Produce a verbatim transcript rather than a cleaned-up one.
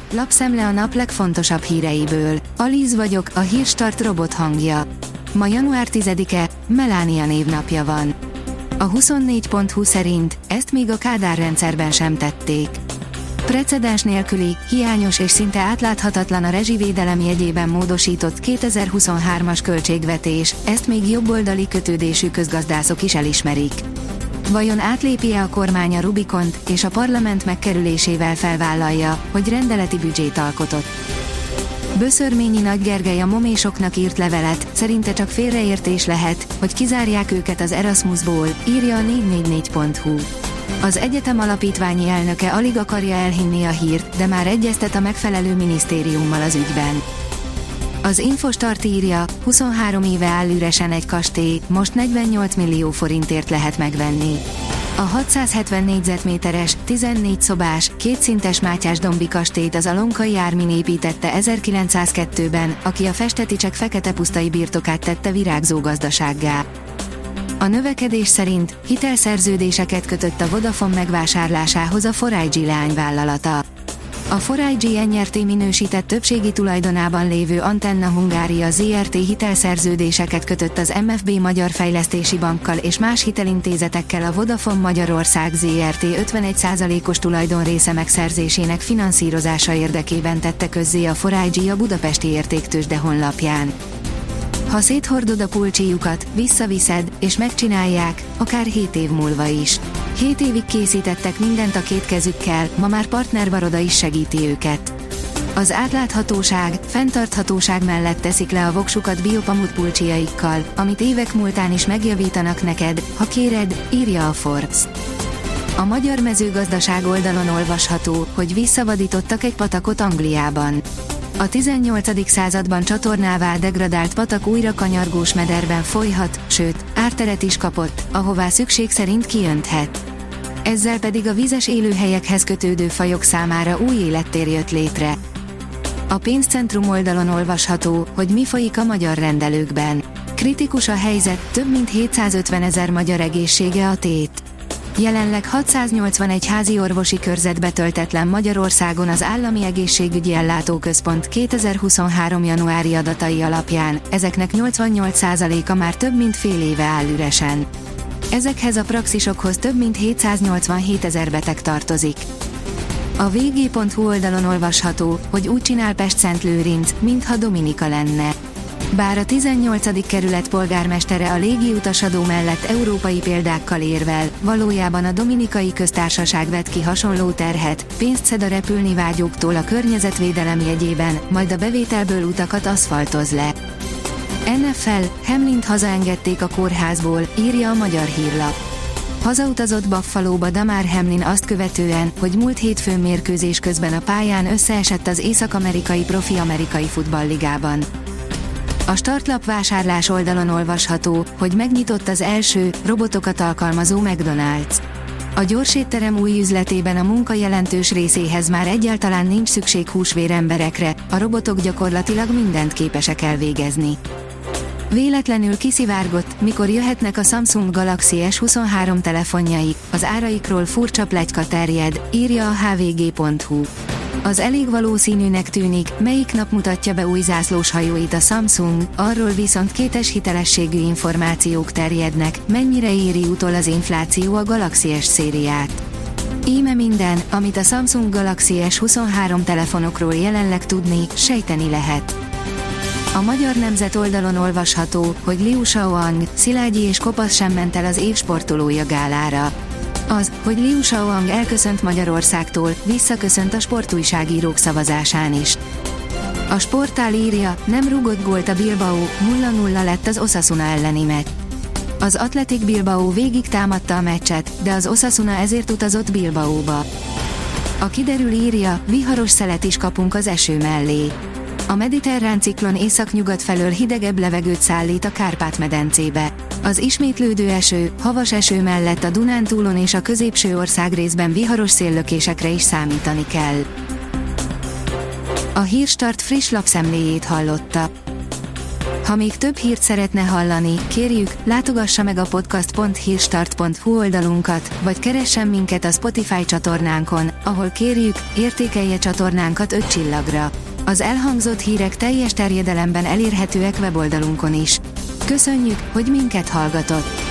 lapszemle a nap legfontosabb híreiből. Alíz vagyok, a Hírstart robot hangja. Ma január tizedike, Melania névnapja van. A huszonnégy pont hu szerint ezt még a Kádár rendszerben sem tették. Precedens nélküli, hiányos és szinte átláthatatlan a rezsivédelem jegyében módosított kétezer-huszonhármas költségvetés, ezt még jobboldali kötődésű közgazdászok is elismerik. Vajon átlépi-e a kormány a Rubikont, és a parlament megkerülésével felvállalja, hogy rendeleti büdzsét alkotott? Böszörményi Nagy Gergely a momésoknak írt levelet, szerinte csak félreértés lehet, hogy kizárják őket az Erasmusból, írja a négy négy négy pont hu. Az egyetem alapítványi elnöke alig akarja elhinni a hírt, de már egyeztet a megfelelő minisztériummal az ügyben. Az Infostart írja, huszonhárom éve áll üresen egy kastély, most negyvennyolc millió forintért lehet megvenni. A hatszázhetven négyzetméteres, tizennégy szobás, kétszintes Mátyásdombi kastélyt az Alonkai Ármin építette ezerkilencszázkettőben, aki a Festeticsek feketepusztai birtokát tette virágzó gazdasággá. A növekedés szerint hitelszerződéseket kötött a Vodafone megvásárlásához a four I G leányvállalata. A four I G en er té minősített többségi tulajdonában lévő Antenna Hungária zé er té hitelszerződéseket kötött az em ef bé Magyar Fejlesztési Bankkal és más hitelintézetekkel a Vodafone Magyarország zé er té ötvenegy százalékos tulajdonrésze megszerzésének finanszírozása érdekében tette közzé a four I G a budapesti értéktőzsde honlapján. Ha széthordod a pulcsijukat, visszaviszed, és megcsinálják, akár hét év múlva is. hét évig készítettek mindent a két kezükkel, ma már partnervaroda is segíti őket. Az átláthatóság, fenntarthatóság mellett teszik le a voksukat biopamut pulcsiaikkal, amit évek múltán is megjavítanak neked, ha kéred, írja a Forbes. A Magyar Mezőgazdaság oldalon olvasható, hogy visszavadítottak egy patakot Angliában. A tizennyolcadik században csatornává degradált patak újra kanyargós mederben folyhat, sőt, árteret is kapott, ahová szükség szerint kijönthet. Ezzel pedig a vizes élőhelyekhez kötődő fajok számára új élettér jött létre. A Pénzcentrum oldalon olvasható, hogy mi folyik a magyar rendelőkben. Kritikus a helyzet, több mint hétszázötvenezer magyar egészsége a tét. Jelenleg hatszáznyolcvanegy házi orvosi körzet betöltetlen Magyarországon az Állami Egészségügyi Ellátóközpont kétezer-huszonhárom januári adatai alapján, ezeknek nyolcvannyolc százaléka már több mint fél éve áll üresen. Ezekhez a praxisokhoz több mint hétszáznyolcvanhétezer beteg tartozik. A vé gé pont hu oldalon olvasható, hogy úgy csinál Pest-Szentlőrinc, mintha Dominika lenne. Bár a tizennyolcadik kerület polgármestere a légiutasadó mellett európai példákkal érvel, valójában a Dominikai Köztársaság vett ki hasonló terhet, pénzt szed a repülni vágyóktól a környezetvédelem jegyében, majd a bevételből utakat aszfaltoz le. en ef el, Hamlint hazaengedték a kórházból, írja a Magyar Hírlap. Hazautazott Buffalóba Damar Hamlin azt követően, hogy múlt hétfőn mérkőzés közben a pályán összeesett az észak-amerikai profi amerikai futballligában. A startlap vásárlás oldalon olvasható, hogy megnyitott az első, robotokat alkalmazó McDonald's. A gyorsétterem új üzletében a munka jelentős részéhez már egyáltalán nincs szükség húsvér emberekre, a robotok gyakorlatilag mindent képesek elvégezni. Véletlenül kiszivárgott, mikor jöhetnek a Samsung Galaxy es huszonhárom telefonjai, az áraikról furcsa pletyka terjed, írja a há vé gé pont hu. Az elég valószínűnek tűnik, melyik nap mutatja be új zászlós hajóit a Samsung, arról viszont kétes hitelességű információk terjednek, mennyire éri utol az infláció a Galaxy S szériát. Íme minden, amit a Samsung Galaxy es huszonhárom telefonokról jelenleg tudni, sejteni lehet. A Magyar Nemzet oldalon olvasható, hogy Liu Shaoang, Szilágyi és Kopasz sem ment el az év sportolója gálára. Az, hogy Liu Shaoang elköszönt Magyarországtól, visszaköszönt a sportújságírók szavazásán is. A Sportál írja, nem rúgott gólt a Bilbao, nulla nulla lett az Osasuna elleni meccs. Az Athletic Bilbao végig támadta a meccset, de az Osasuna ezért utazott Bilbaóba. A Kiderül írja, viharos szelet is kapunk az eső mellé. A mediterrán ciklon északnyugat felől hidegebb levegőt szállít a Kárpát-medencébe. Az ismétlődő eső, havas eső mellett a Dunántúlon és a középső országrészben viharos széllökésekre is számítani kell. A Hírstart friss lapszemléjét hallotta. Ha még több hírt szeretne hallani, kérjük, látogassa meg a podcast pont hírstart pont hu oldalunkat, vagy keressen minket a Spotify csatornánkon, ahol kérjük, értékelje csatornánkat öt csillagra. Az elhangzott hírek teljes terjedelemben elérhetőek weboldalunkon is. Köszönjük, hogy minket hallgatott!